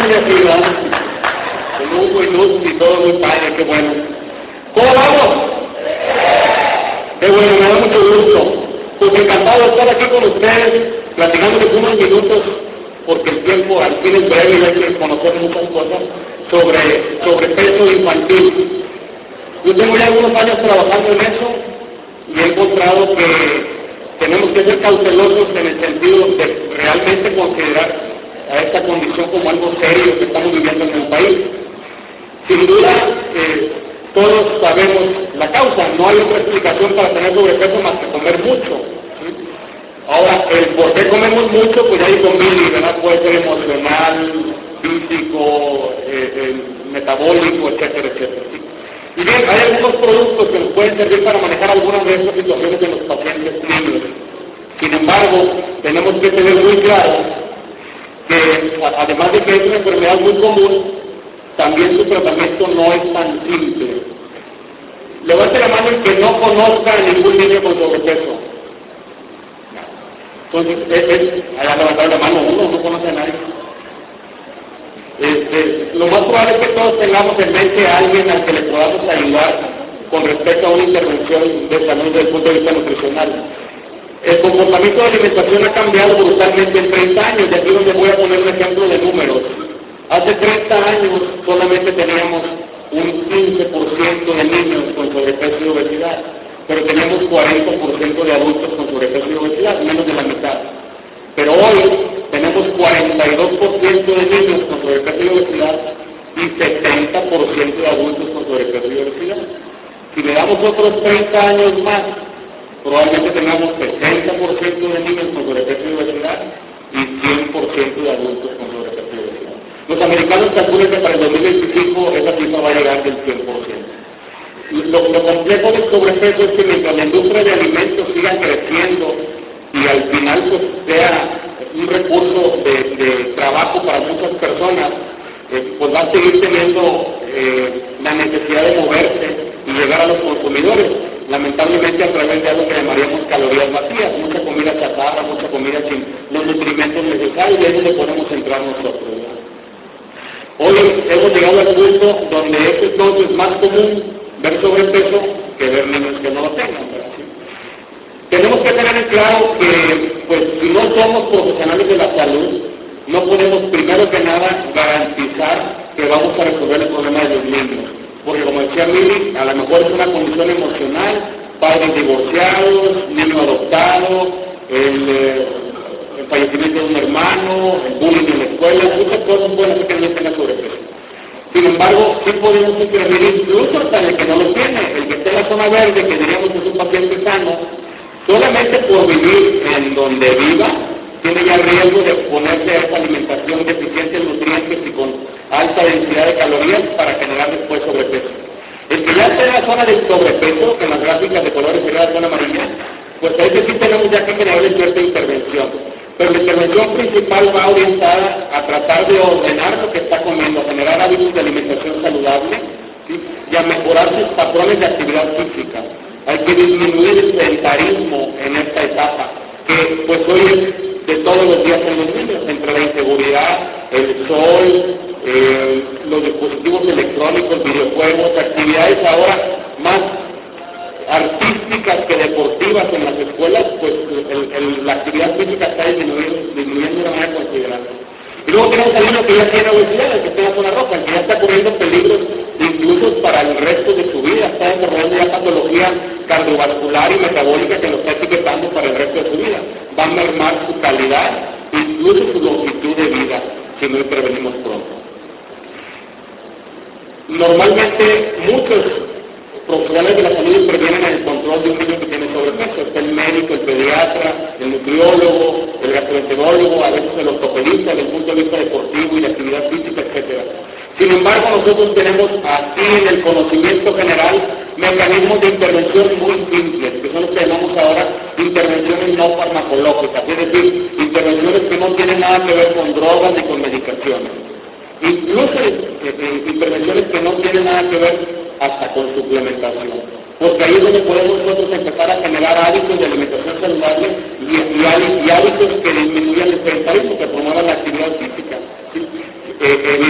muy así, ¿verdad? Muy luz y todo muy padre, qué bueno. ¿Cómo vamos? Qué bueno, me da mucho gusto. Pues encantado de estar aquí con ustedes, platicándoles unos minutos, porque el tiempo al fin es breve y hay que conocer muchas cosas sobre peso infantil. Yo tengo ya algunos años trabajando en eso y he encontrado que tenemos que ser cautelosos en el sentido de realmente considerar a esta condición como algo serio que estamos viviendo en el país. Sin duda, todos sabemos la causa, no hay otra explicación para tener sobrepeso más que comer mucho. ¿Sí? Ahora, el por qué comemos mucho, pues ya hay mil, ¿verdad? Puede ser emocional, físico, metabólico, etcétera, etcétera. ¿Sí? Y bien, hay algunos productos que nos pueden servir para manejar algunas de estas situaciones en los pacientes niños. Sin embargo, tenemos que tener muy claro que, además de que es una enfermedad muy común, también su tratamiento no es tan simple. Levante la mano el que no conozca a ningún niño con sobrepeso. Entonces, allá levantar la mano uno, no conoce a nadie. Lo más probable es que todos tengamos en mente a alguien al que le podamos ayudar con respecto a una intervención de salud desde el punto de vista nutricional. El comportamiento de alimentación ha cambiado brutalmente en 30 años, y aquí donde voy a poner un ejemplo de números. Hace 30 años solamente teníamos un 15% de niños con sobrepeso y obesidad, pero teníamos 40% de adultos con sobrepeso y obesidad, menos de la mitad. Pero hoy tenemos 42% de niños con sobrepeso y obesidad y 70% de adultos con sobrepeso y obesidad. Si le damos otros 30 años más, probablemente tengamos 60% de niños con sobrepeso y obesidad y 100% de adultos con sobrepeso y obesidad. Los americanos calculan que para el 2025 esa cifra va a llegar del 100%. Lo complejo del sobrepeso es que mientras la industria de alimentos siga creciendo y al final pues sea un recurso de trabajo para muchas personas, pues va a seguir teniendo la necesidad de moverse y llegar a los consumidores, lamentablemente a través de algo que llamaríamos calorías vacías, mucha comida chatarra, mucha comida sin los nutrimentos necesarios, y ahí es donde podemos entrar nosotros, ¿verdad? Hoy hemos llegado al punto donde es entonces más común ver sobrepeso que ver niños que no lo tengan, ¿verdad? ¿Sí? Tenemos que tener en claro que, pues, si no somos profesionales de la salud, no podemos, primero que nada, garantizar que vamos a resolver el problema de los niños. Porque, como decía Mili, a lo mejor es una condición emocional, padres divorciados, niño adoptado, el fallecimiento de un hermano, el bullying en la escuela, muchas cosas pueden hacer que el niño tenga sobrepeso. Sin embargo, sí podemos intervenir incluso hasta el que no lo tiene, el que esté en la zona verde, que diríamos que es un paciente sano, solamente por vivir en donde viva, tiene ya riesgo de exponerse a esta alimentación deficiente en nutrientes y con alta densidad de calorías para generar después sobrepeso. El que ya esté en la zona del sobrepeso, que en las gráficas de colores sería la zona amarilla, pues a ese sí tenemos ya que generar cierta intervención. Pero la intervención principal va orientada a tratar de ordenar lo que está comiendo, a generar hábitos de alimentación saludable, ¿sí? Y a mejorar sus patrones de actividad física. Hay que disminuir el sedentarismo en esta etapa, que pues hoy es de todos los días en los niños, entre la inseguridad, el sol, los dispositivos electrónicos, videojuegos, actividades ahora más artísticas que deportivas en las escuelas, pues la actividad física está disminuyendo de una manera considerable. Y luego tenemos al niño que ya tiene obesidad, el que está en la zona roja, el que ya está corriendo peligros incluso para el resto de su vida, está desarrollando ya patología cardiovascular y metabólica que lo está etiquetando para el resto de su vida. Va a mermar su calidad, incluso su longitud de vida, si no intervenimos pronto. Normalmente muchos profesionales de la salud intervienen en el control de un niño que tiene sobrepeso. Está el médico, el pediatra, el nutriólogo, el gastroenterólogo, a veces el ortopedista desde el punto de vista deportivo y de actividad física, etc. Sin embargo, nosotros tenemos aquí en el conocimiento general mecanismos de intervención muy simples, que son los que llamamos ahora intervenciones no farmacológicas, es decir, intervenciones que no tienen nada que ver con drogas ni con medicaciones. Incluso intervenciones que no tienen nada que ver hasta con suplementación, porque ahí es donde podemos nosotros empezar a generar hábitos de alimentación saludable y hábitos que disminuyan el sedentarismo, que promuevan la actividad física. ¿Sí?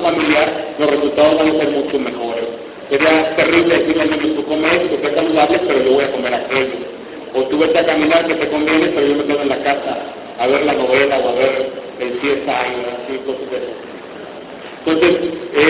familiar, los resultados van a ser mucho mejores. Sería terrible decirle al niño, tú comes esto, que es saludable, pero yo voy a comer aquello. O tú vete a caminar, que te conviene, pero yo me quedo en la casa a ver la novela o a ver el CSI, así, cosas de eso. Entonces,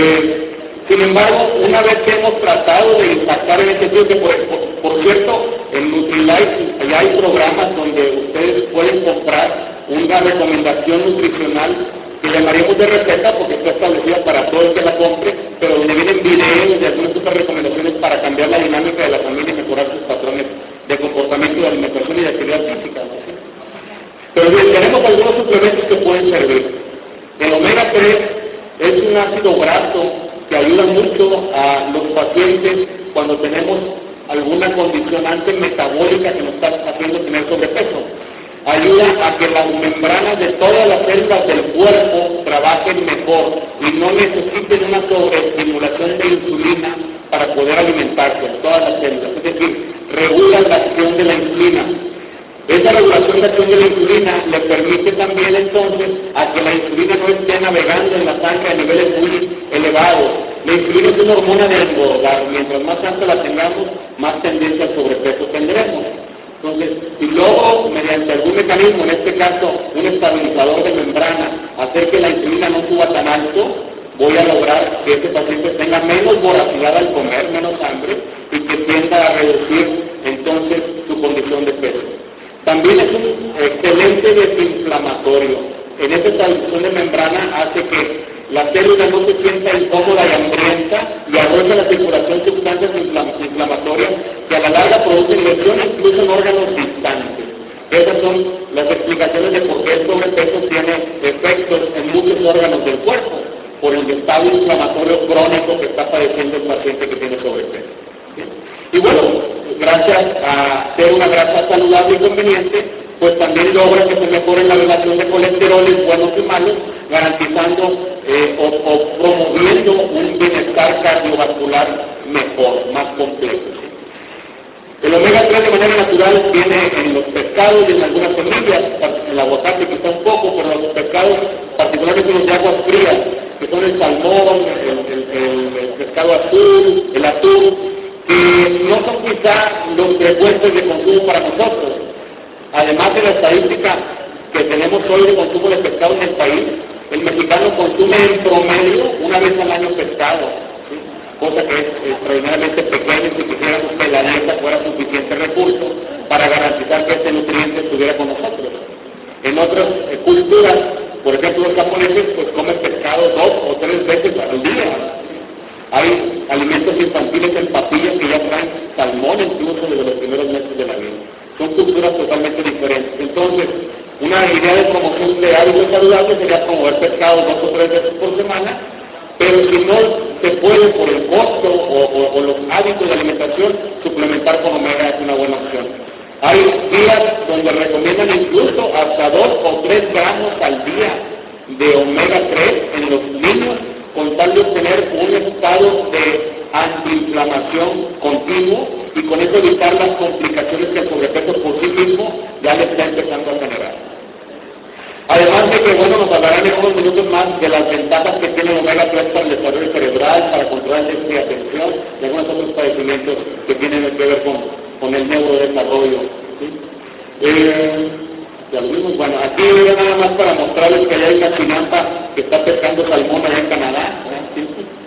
sin embargo, una vez que hemos tratado de impactar en este sitio, que por cierto, en Nutrilite ya hay programas donde ustedes pueden comprar una recomendación nutricional que llamaríamos de receta porque está establecida para todo el que la compre, pero donde vienen videos y algunas otras recomendaciones para cambiar la dinámica de la familia y mejorar sus patrones de comportamiento, de alimentación y de actividad física, ¿no? Pero bien, tenemos algunos suplementos que pueden servir. El omega 3 es un ácido graso que ayuda mucho a los pacientes cuando tenemos alguna condición antimetabólica que nos está haciendo tener sobrepeso. Ayuda a que las membranas de todas las células del cuerpo trabajen mejor y no necesiten una sobreestimulación de insulina para poder alimentarse, todas las células. Es decir, regula la acción de la insulina. Esa regulación de acción de la insulina le permite también entonces a que la insulina no esté navegando en la sangre a niveles muy elevados. La insulina es una hormona de engordar. Mientras más alta la tengamos, más tendencia al sobrepeso tendremos. Entonces, si logro, mediante algún mecanismo, en este caso un estabilizador de membrana, hacer que la insulina no suba tan alto, voy a lograr que ese paciente tenga menos voracidad al comer, menos hambre, y que tienda a reducir entonces su condición de peso. También es un excelente desinflamatorio. En esta estabilización de membrana hace que la célula no se sienta incómoda y hambrienta y arroja la circulación de sustancias inflamatorias que a la larga producen lesiones incluso en órganos distantes. Esas son las explicaciones de por qué el sobrepeso tiene efectos en muchos órganos del cuerpo, por el estado inflamatorio crónico que está padeciendo el paciente que tiene sobrepeso. Y bueno, gracias a ser una grasa saludable y conveniente, pues también logra que se mejore la relación de colesteroles buenos y malos, garantizando o promoviendo un bienestar cardiovascular mejor, más completo. El omega 3 de manera natural viene en los pescados y en algunas semillas, en el aguacate quizá un poco, pero los pescados, particularmente los de aguas frías, que son el salmón, el pescado azul, el atún, que no son quizá los frecuentes de consumo para nosotros. Además de la estadística que tenemos hoy de consumo de pescado en el país, el mexicano consume en promedio una vez al año pescado, ¿sí? Cosa que es extraordinariamente pequeña si quisiéramos que la dieta fuera suficiente recurso para garantizar que este nutriente estuviera con nosotros. En otras culturas, por ejemplo los japoneses, pues comen pescado 2 o 3 veces al día. Hay alimentos infantiles en papillas que ya traen salmón incluso desde los primeros meses de la vida. Son culturas totalmente diferentes. Entonces, una idea de promoción de hábitos saludables sería promover pescado 2 o 3 veces por semana, pero si no se puede por el costo o los hábitos de alimentación, suplementar con omega es una buena opción. Hay días donde recomiendan incluso hasta 2 o 3 gramos al día de omega 3 en los niños, con tal de obtener un estado de antiinflamación continuo y con eso evitar las complicaciones que el sobrepeso por sí mismo ya le está empezando a generar. Además de que, bueno, nos hablarán en unos minutos más de las ventajas que tiene el omega 3 para el desarrollo cerebral, para controlar el déficit de atención y algunos otros padecimientos que tienen que ver con el neurodesarrollo, ¿sí? Ya lo vimos. Bueno, aquí voy nada más para mostrarles que allá hay una chinampa que está pescando salmón allá en Canadá. ¿Sí?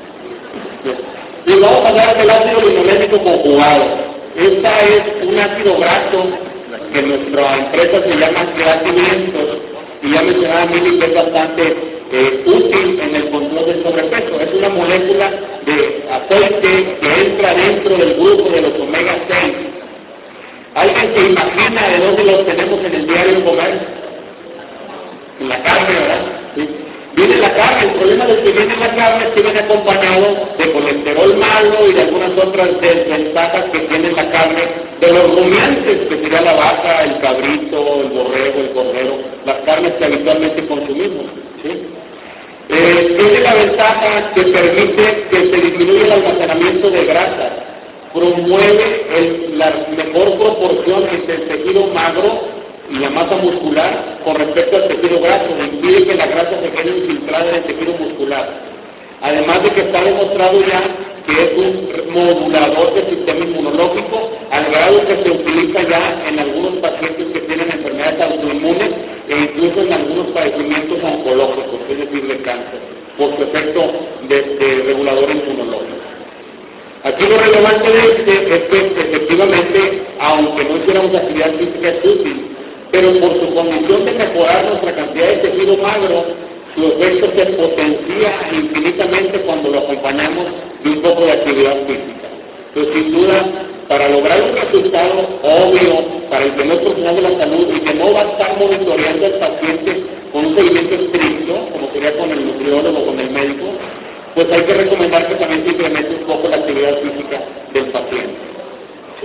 Y vamos a hablar del ácido linolénico conjugado. Esta es un ácido graso que nuestra empresa se llama Grasimentos y ya mencionaba Mili que es bastante útil en el control del sobrepeso. Es una molécula de aceite que entra dentro del grupo de los omega 6. ¿Alguien se imagina de dónde los tenemos en el diario comer? En la carne, ¿verdad? ¿Sí? Viene la carne. El problema de que viene la carne es que viene acompañado de colesterol malo y de algunas otras desventajas que tiene la carne de los rumiantes, que sería la vaca, el cabrito, el borrego, el cordero, las carnes que habitualmente consumimos, ¿sí? Tiene la ventaja que permite que se disminuya el almacenamiento de grasas, promueve la mejor proporción entre el tejido magro y la masa muscular con respecto al tejido graso, impide que la grasa se quede infiltrada en el tejido muscular. Además de que está demostrado ya que es un modulador del sistema inmunológico, al grado que se utiliza ya en algunos pacientes que tienen enfermedades autoinmunes e incluso en algunos padecimientos oncológicos, es decir, de cáncer, por su efecto de regulador inmunológico. Aquí lo relevante de este es que efectivamente, aunque no hiciéramos actividad física, es útil, pero por su condición de mejorar nuestra cantidad de tejido magro, su efecto se potencia infinitamente cuando lo acompañamos de un poco de actividad física. Entonces, sin duda, para lograr un resultado obvio para el que no es profesional de la salud y que no va a estar monitoreando al paciente con un seguimiento estricto, como sería con el nutriólogo o con el médico, pues hay que recomendar que también se incremente un poco la actividad física del paciente. ¿Sí?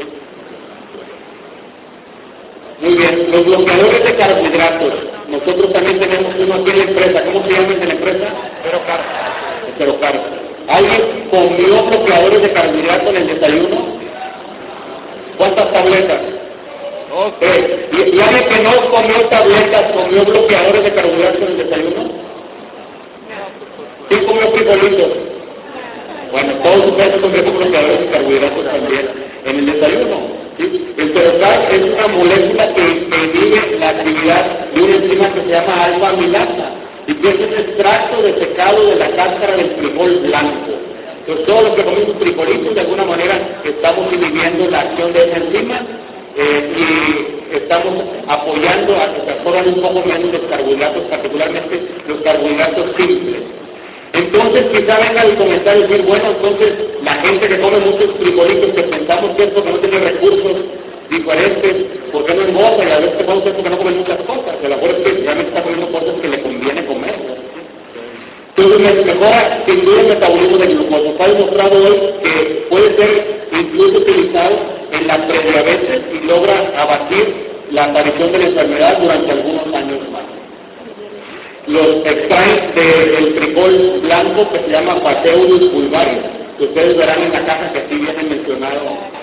Muy bien, los bloqueadores de carbohidratos. Nosotros también tenemos uno aquí en la empresa. ¿Cómo se llama el de la empresa? Esterocar. ¿Alguien comió bloqueadores de carbohidratos en el desayuno? ¿Cuántas tabletas? ¿Y alguien que no comió tabletas, comió bloqueadores de carbohidratos en el desayuno? ¿Quién comió frijolitos? Bueno, todos ustedes comieron bloqueadores de carbohidratos también en el desayuno. ¿Sí? El Esterocar es una molécula que inhibe la actividad de una enzima que se llama alfa-amilasa y que es un extracto de secado de la cáscara del frijol blanco. Entonces, todos los que comemos frijolitos, de alguna manera, estamos inhibiendo la acción de esa enzima y estamos apoyando a que se absorban un poco menos los carbohidratos, particularmente los carbohidratos simples. Entonces quizá venga el comentario y decir, bueno, entonces la gente que come muchos frijolitos que pensamos que es porque no tiene recursos diferentes, ¿por qué no engorda? Y a veces podemos ser porque no comen muchas cosas. A lo mejor es que realmente está comiendo cosas que le conviene comer. Entonces mejora sin duda el metabolismo de glucosa. Está demostrado hoy que puede ser incluso utilizado en la prediabetes y logra abatir la aparición de la enfermedad durante algunos años más. Los extraen del frijol blanco que se llama Phaseolus bulbaris, que ustedes verán en la caja que aquí viene mencionado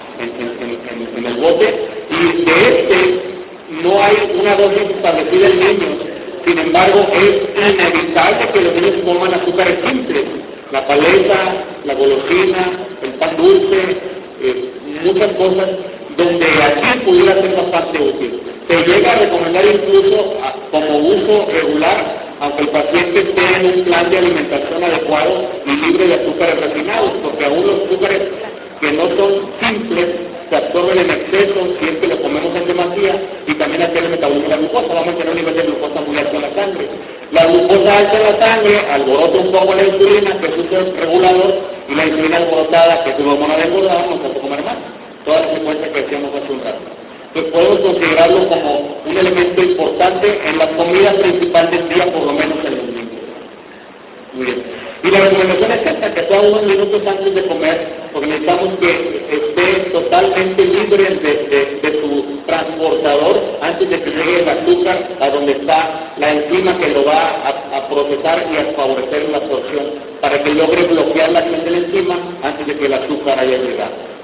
en el bote, y de este no hay una dosis establecida en niños. Sin embargo, es inevitable que los niños coman azúcares simples, la paleta, la golosina, el pan dulce, muchas cosas donde aquí pudiera ser bastante útil. Se llega a recomendar incluso como uso regular, aunque el paciente esté en un plan de alimentación adecuado y libre de azúcares refinados, porque aún los azúcares que no son simples se absorben en exceso si es que lo comemos en demasía y también hacer el metabolismo de la glucosa, vamos a tener un nivel de glucosa muy alto en la sangre. La glucosa alta en la sangre alborota un poco la insulina, que es un regulador, y la insulina alborotada, que es una hormona de engordar, nos hace comer más. Toda la secuencia que decíamos hace un rato. Entonces podemos considerarlo como un elemento importante en la comida principal del día, por lo menos en los niños. Muy bien. Y la recomendación es esta, que sea unos minutos antes de comer, porque necesitamos que esté totalmente libre de su transportador antes de que llegue el azúcar a donde está la enzima que lo va a procesar y a favorecer la absorción, para que logre bloquear la acción de la enzima antes de que el azúcar haya llegado.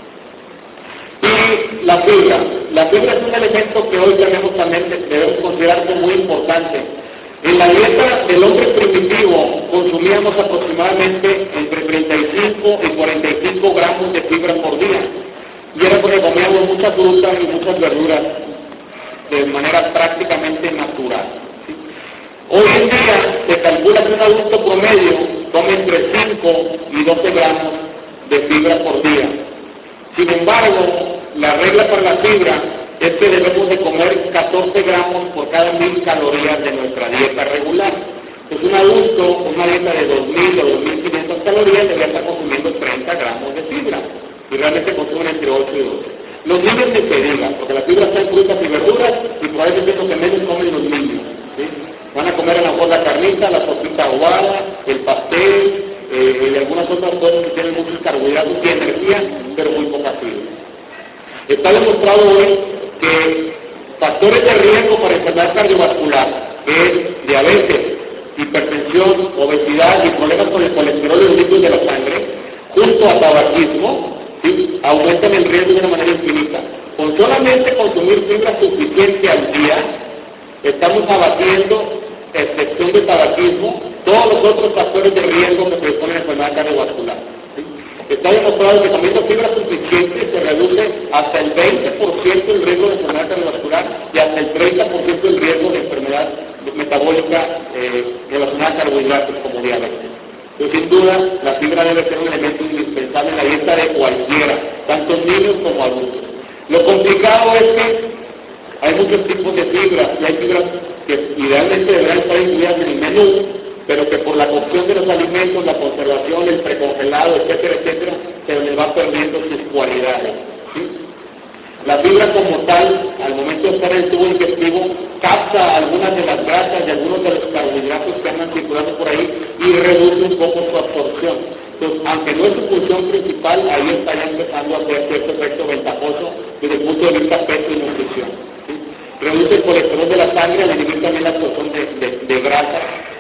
Y la fibra. La fibra es un elemento que hoy debemos considerar como muy importante. En la dieta del hombre primitivo consumíamos aproximadamente entre 35 y 45 gramos de fibra por día. Y era porque comíamos muchas frutas y muchas verduras de manera prácticamente natural. ¿Sí? Hoy en día se calcula que un adulto promedio come entre 5 y 12 gramos de fibra por día. Sin embargo, la regla para la fibra es que debemos de comer 14 gramos por cada 1000 calorías de nuestra dieta regular. Entonces un adulto con una dieta de 2000 o 2500 calorías debería estar consumiendo 30 gramos de fibra. Y realmente consumen entre 8 y 12. Los niños ni se digan, porque la fibra está en frutas y verduras y probablemente es lo que menos comen los niños. ¿Sí? Van a comer a lo mejor la carnita, la sopita aguada, el pastel, y algunas otras cosas que tienen muchos carbohidratos y energía, pero muy poca fibra. Está demostrado hoy que factores de riesgo para enfermedad cardiovascular, que es diabetes, hipertensión, obesidad y problemas con el colesterol y los lípidos de la sangre, junto a tabaquismo, ¿sí?, aumentan el riesgo de una manera infinita. Con solamente consumir fibra suficiente al día, estamos abatiendo, excepción de tabaquismo, todos los otros factores de riesgo que predisponen a enfermedad cardiovascular. ¿Sí? Está demostrado que comiendo fibra suficiente se reduce hasta el 20% el riesgo de enfermedad cardiovascular y hasta el 30% el riesgo de enfermedad metabólica relacionada a carbohidratos como diabetes. Entonces, sin duda, la fibra debe ser un elemento indispensable en la dieta de cualquiera, tanto niños como adultos. Lo complicado es que hay muchos tipos de fibras y hay fibras que idealmente deberían estar incluidas en el menú, pero que por la cocción de los alimentos, la conservación, el precongelado, etcétera, etcétera, se les va perdiendo sus cualidades. ¿Sí? La fibra como tal, al momento de estar en el tubo digestivo, capta algunas de las grasas y algunos de los carbohidratos que andan circulando por ahí y reduce un poco su absorción. Entonces, aunque no es su función principal, ahí está ya empezando a hacer cierto efecto ventajoso desde el punto de vista peso y nutrición. ¿Sí? Reduce el colesterol de la sangre, al inhibir también la absorción de grasa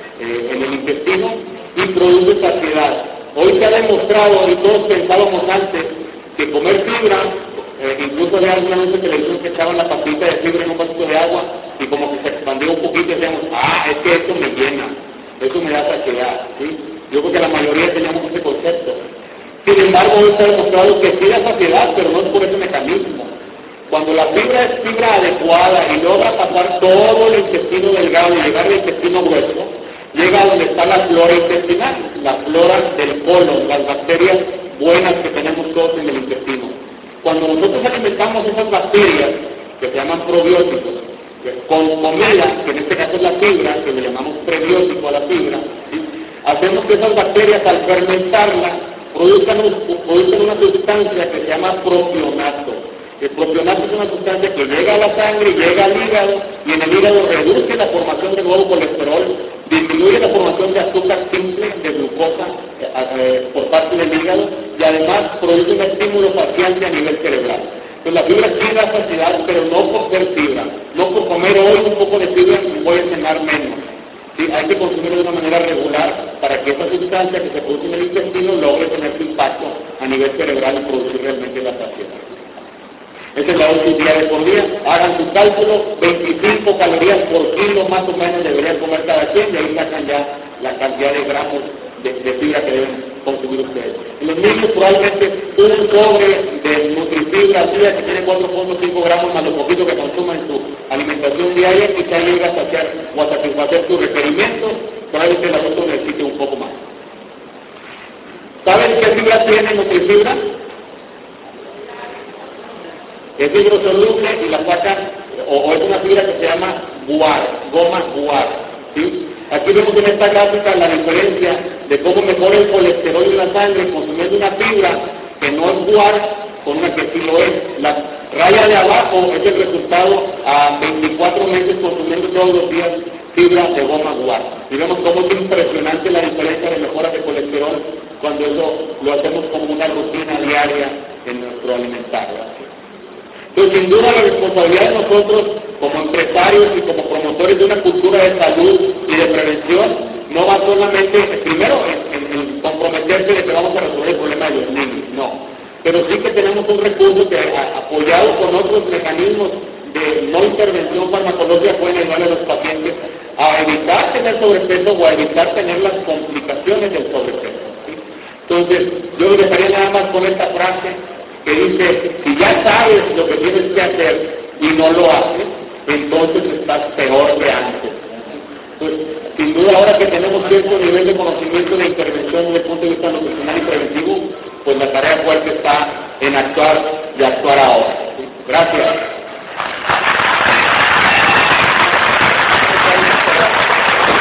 en el intestino y produce saciedad. Hoy se ha demostrado, y todos pensábamos antes, que comer fibra, incluso había alguna vez en televisión que echaban la pastita de fibra en un vasito de agua y como que se expandió un poquito y decíamos, es que esto me llena, eso me da saciedad. ¿Sí? Yo creo que la mayoría teníamos ese concepto. Sin embargo, hoy se ha demostrado que sí da saciedad, pero no es por ese mecanismo. Cuando la fibra es fibra adecuada y logra pasar todo el intestino delgado y llegar al intestino grueso, llega a donde está la flora intestinal, la flora del colon, las bacterias buenas que tenemos todos en el intestino. Cuando nosotros alimentamos esas bacterias, que se llaman probióticos, con comida, que en este caso es la fibra, que le llamamos prebiótico a la fibra, ¿sí? Hacemos que esas bacterias al fermentarla produzcan una sustancia que se llama propionato. El propionato es una sustancia que llega a la sangre, llega al hígado, y en el hígado reduce la formación de nuevo colesterol, disminuye la formación de azúcar simple, de glucosa por parte del hígado, y además produce un estímulo saciante a nivel cerebral. Entonces la fibra sí da saciedad, pero no por ser fibra, no por comer hoy un poco de fibra y voy a cenar menos. ¿Sí? Hay que consumirlo de una manera regular para que esa sustancia que se produce en el intestino logre tener su impacto a nivel cerebral y producir realmente la saciedad. Esa es la dosis diaria por día. Hagan su cálculo, 25 calorías por kilo más o menos deberían comer cada quien, y ahí sacan ya la cantidad de gramos de fibra que deben consumir ustedes. En los niños probablemente un sobre de nutrifibra al día que tiene 4.5 gramos más lo poquito que consuman en su alimentación diaria, quizá llegue a saciar o a satisfacer sus requerimientos, probablemente el adulto necesite un poco más. ¿Saben qué fibra tiene nutrifibra? Es hidrosoluble y la sacan, o es una fibra que se llama guar, goma guar. ¿Sí? Aquí vemos en esta gráfica la diferencia de cómo mejora el colesterol en la sangre consumiendo una fibra que no es guar con una que sí lo es. La raya de abajo es el resultado a 24 meses consumiendo todos los días fibra de goma guar. Y vemos cómo es impresionante la diferencia de mejora de colesterol cuando eso lo hacemos como una rutina diaria en nuestro alimentario. Entonces, sin duda, la responsabilidad de nosotros, como empresarios y como promotores de una cultura de salud y de prevención, no va solamente, primero, en comprometerse de que vamos a resolver el problema de los niños, no. Pero sí que tenemos un recurso que, apoyado con otros mecanismos de no intervención farmacológica, pueden ayudar a los pacientes a evitar tener sobrepeso o a evitar tener las complicaciones del sobrepeso. ¿Sí? Entonces, yo lo dejaría nada más con esta frase que dice, si ya sabes lo que tienes que hacer y no lo haces, entonces estás peor que antes. Pues, sin duda, ahora que tenemos cierto nivel de conocimiento de intervención desde el punto de vista nutricional y preventivo, pues la tarea fuerte está en actuar y actuar ahora. Gracias.